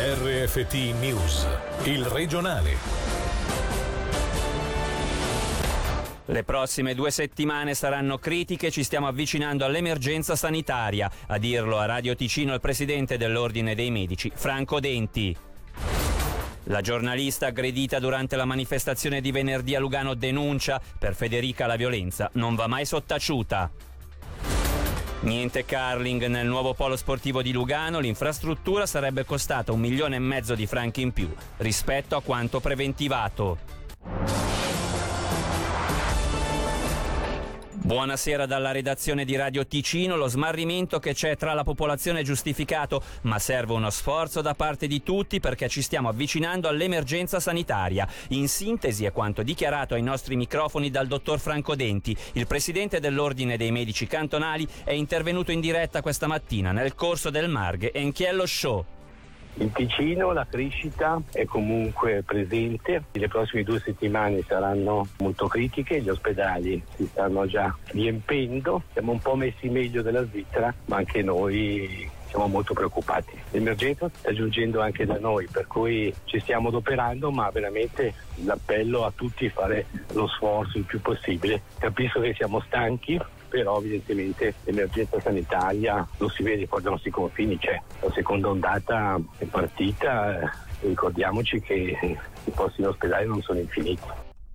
RFT News, il regionale. Le prossime 2 settimane saranno critiche, ci stiamo avvicinando all'emergenza sanitaria. A dirlo a Radio Ticino il presidente dell'Ordine dei Medici, Franco Denti. La giornalista aggredita durante la manifestazione di venerdì a Lugano denuncia: per Federica la violenza non va mai sottaciuta. Niente curling nel nuovo polo sportivo di Lugano, l'infrastruttura sarebbe costata 1,5 milioni di franchi in più rispetto a quanto preventivato. Buonasera dalla redazione di Radio Ticino. Lo smarrimento che c'è tra la popolazione è giustificato, ma serve uno sforzo da parte di tutti perché ci stiamo avvicinando all'emergenza sanitaria. In sintesi è quanto dichiarato ai nostri microfoni dal dottor Franco Denti. Il presidente dell'Ordine dei Medici Cantonali è intervenuto in diretta questa mattina nel corso del Marghe Enchiello Show. In Ticino la crescita è comunque presente, le prossime 2 settimane saranno molto critiche, gli ospedali si stanno già riempendo, siamo un po' messi meglio della Svizzera, ma anche noi siamo molto preoccupati. L'emergenza sta giungendo anche da noi, per cui ci stiamo adoperando, ma veramente l'appello a tutti è fare lo sforzo il più possibile. Capisco che siamo stanchi, però evidentemente l'emergenza sanitaria lo si vede fuori dai nostri confini, c'è. La seconda ondata è partita, ricordiamoci che i posti in ospedale non sono infiniti.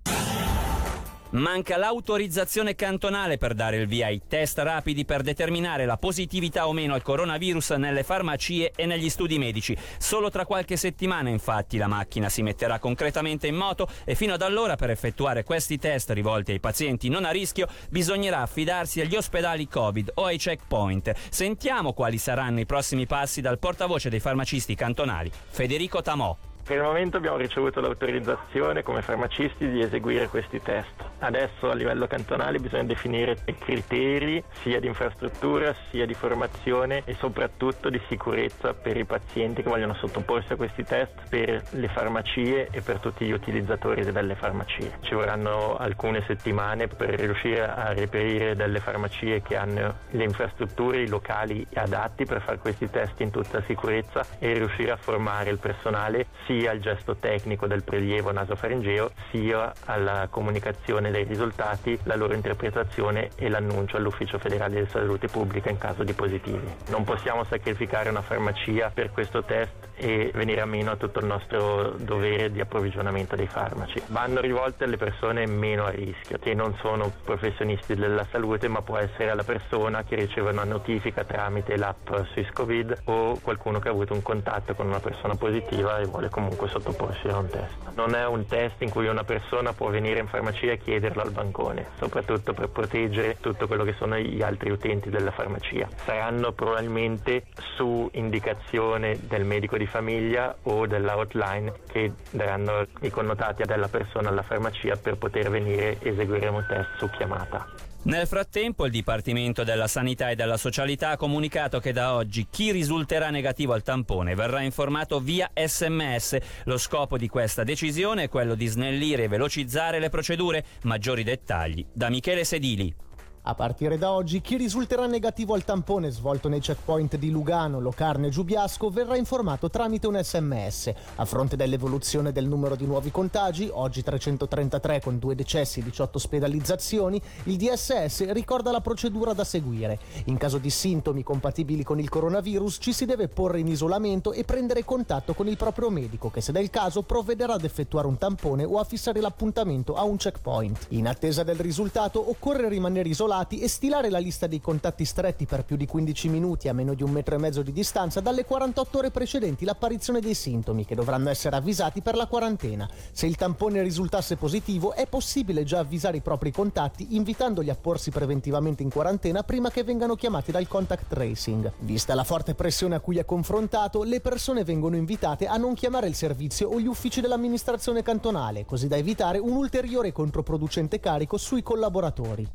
Manca l'autorizzazione cantonale per dare il via ai test rapidi per determinare la positività o meno al coronavirus nelle farmacie e negli studi medici. Solo tra qualche settimana, infatti, la macchina si metterà concretamente in moto e fino ad allora, per effettuare questi test rivolti ai pazienti non a rischio, bisognerà affidarsi agli ospedali Covid o ai checkpoint. Sentiamo quali saranno i prossimi passi dal portavoce dei farmacisti cantonali, Federico Tamò. Per il momento abbiamo ricevuto l'autorizzazione come farmacisti di eseguire questi test. Adesso a livello cantonale bisogna definire i criteri sia di infrastruttura sia di formazione e soprattutto di sicurezza per i pazienti che vogliono sottoporsi a questi test, per le farmacie e per tutti gli utilizzatori delle farmacie. Ci vorranno alcune settimane per riuscire a reperire delle farmacie che hanno le infrastrutture, i locali adatti per fare questi test in tutta sicurezza e riuscire a formare il personale sia al gesto tecnico del prelievo nasofaringeo sia alla comunicazione dei risultati, la loro interpretazione e l'annuncio all'Ufficio Federale di Salute Pubblica in caso di positivi. Non possiamo sacrificare una farmacia per questo test e venire a meno a tutto il nostro dovere di approvvigionamento dei farmaci. Vanno rivolte alle persone meno a rischio, che non sono professionisti della salute, ma può essere alla persona che riceve una notifica tramite l'app SwissCovid o qualcuno che ha avuto un contatto con una persona positiva e vuole comunque sottoporsi a un test. Non è un test in cui una persona può venire in farmacia e chiederlo al bancone, soprattutto per proteggere tutto quello che sono gli altri utenti della farmacia. Saranno probabilmente su indicazione del medico di famiglia o della hotline che daranno i connotati della persona alla farmacia per poter venire e eseguire un test su chiamata. Nel frattempo il Dipartimento della Sanità e della Socialità ha comunicato che da oggi chi risulterà negativo al tampone verrà informato via SMS. Lo scopo di questa decisione è quello di snellire e velocizzare le procedure. Maggiori dettagli da Michele Sedili. A partire da oggi, chi risulterà negativo al tampone svolto nei checkpoint di Lugano, Locarno e Giubiasco verrà informato tramite un SMS. A fronte dell'evoluzione del numero di nuovi contagi, oggi 333 con 2 decessi e 18 ospedalizzazioni, il DSS ricorda la procedura da seguire. In caso di sintomi compatibili con il coronavirus, ci si deve porre in isolamento e prendere contatto con il proprio medico, che se del caso provvederà ad effettuare un tampone o a fissare l'appuntamento a un checkpoint. In attesa del risultato, occorre rimanere isolati e stilare la lista dei contatti stretti per più di 15 minuti a meno di 1,5 metri di distanza dalle 48 ore precedenti l'apparizione dei sintomi, che dovranno essere avvisati per la quarantena. Se il tampone risultasse positivo, è possibile già avvisare i propri contatti invitandoli a porsi preventivamente in quarantena prima che vengano chiamati dal contact tracing. Vista la forte pressione a cui è confrontato, le persone vengono invitate a non chiamare il servizio o gli uffici dell'amministrazione cantonale, così da evitare un ulteriore controproducente carico sui collaboratori.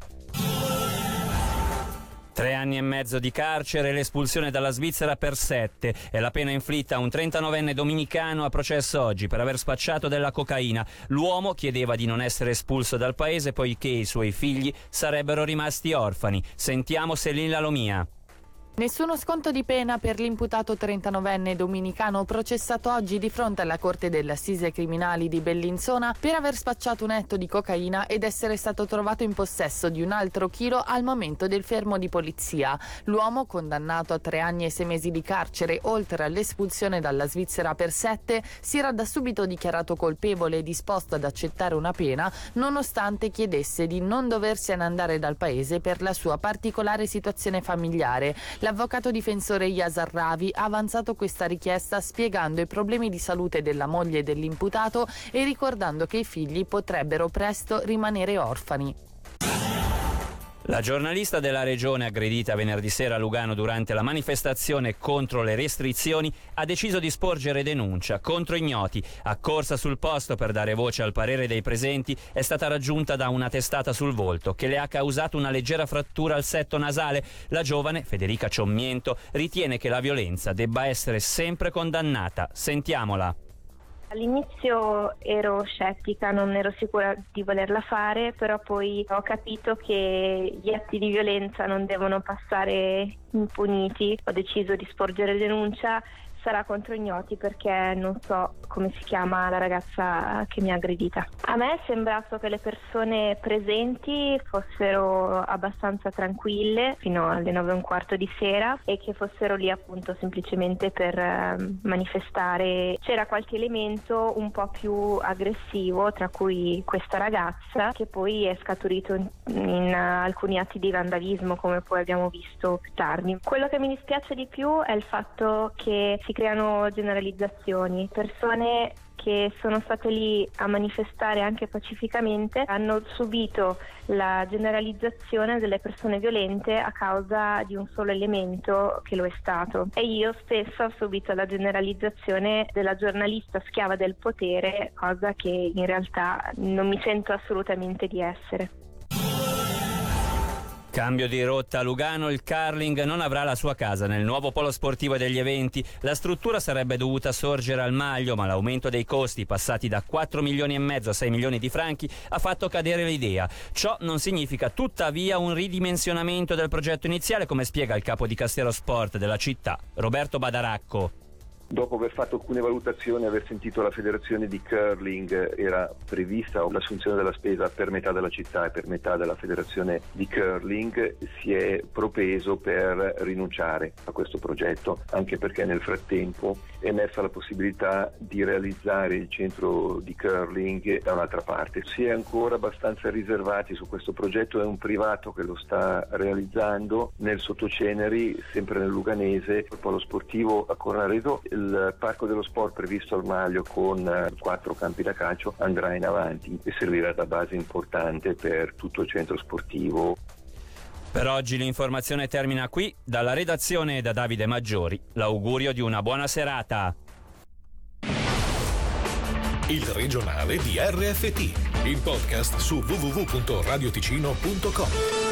3 anni e mezzo di carcere e l'espulsione dalla Svizzera per 7. È la pena inflitta a un 39enne dominicano a processo oggi per aver spacciato della cocaina. L'uomo chiedeva di non essere espulso dal paese poiché i suoi figli sarebbero rimasti orfani. Sentiamo Selin Lalomia. Nessuno sconto di pena per l'imputato 39enne dominicano processato oggi di fronte alla Corte delle Assise Criminali di Bellinzona per aver spacciato un etto di cocaina ed essere stato trovato in possesso di un altro chilo al momento del fermo di polizia. L'uomo, condannato a 3 anni e 6 mesi di carcere, oltre all'espulsione dalla Svizzera per 7, si era da subito dichiarato colpevole e disposto ad accettare una pena, nonostante chiedesse di non doversene andare dal paese per la sua particolare situazione familiare. L'avvocato difensore Yasar Ravi ha avanzato questa richiesta spiegando i problemi di salute della moglie dell'imputato e ricordando che i figli potrebbero presto rimanere orfani. La giornalista della regione aggredita venerdì sera a Lugano durante la manifestazione contro le restrizioni ha deciso di sporgere denuncia contro ignoti. Accorsa sul posto per dare voce al parere dei presenti, è stata raggiunta da una testata sul volto che le ha causato una leggera frattura al setto nasale. La giovane, Federica Ciommiento, ritiene che la violenza debba essere sempre condannata. Sentiamola. All'inizio ero scettica, non ero sicura di volerla fare, però poi ho capito che gli atti di violenza non devono passare impuniti. Ho deciso di sporgere denuncia. Sarà contro ignoti perché non so come si chiama la ragazza che mi ha aggredita. A me è sembrato che le persone presenti fossero abbastanza tranquille fino alle 9:15 di sera e che fossero lì appunto semplicemente per manifestare. C'era qualche elemento un po' più aggressivo, tra cui questa ragazza, che poi è scaturito in alcuni atti di vandalismo, come poi abbiamo visto più tardi. Quello che mi dispiace di più è il fatto che si creano generalizzazioni. Persone che sono state lì a manifestare anche pacificamente hanno subito la generalizzazione delle persone violente a causa di un solo elemento che lo è stato. E io stessa ho subito la generalizzazione della giornalista schiava del potere, cosa che in realtà non mi sento assolutamente di essere. Cambio di rotta a Lugano, il curling non avrà la sua casa nel nuovo polo sportivo degli eventi. La struttura sarebbe dovuta sorgere al Maglio, ma l'aumento dei costi, passati da 4 milioni e mezzo a 6 milioni di franchi, ha fatto cadere l'idea. Ciò non significa tuttavia un ridimensionamento del progetto iniziale, come spiega il capo di Castero Sport della città, Roberto Badaracco. Dopo aver fatto alcune valutazioni e aver sentito la federazione di curling, era prevista l'assunzione della spesa per metà della città e per metà della federazione di curling, si è propeso per rinunciare a questo progetto, anche perché nel frattempo è emersa la possibilità di realizzare il centro di curling da un'altra parte. Si è ancora abbastanza riservati su questo progetto, è un privato che lo sta realizzando nel Sottoceneri, sempre nel Luganese, il polo sportivo a Cornaredo. Il parco dello sport previsto al Maglio con 4 campi da calcio andrà in avanti e servirà da base importante per tutto il centro sportivo. Per oggi l'informazione termina qui. Dalla redazione e da Davide Maggiori l'augurio di una buona serata. Il regionale di RFT, il podcast su www.radioticino.com.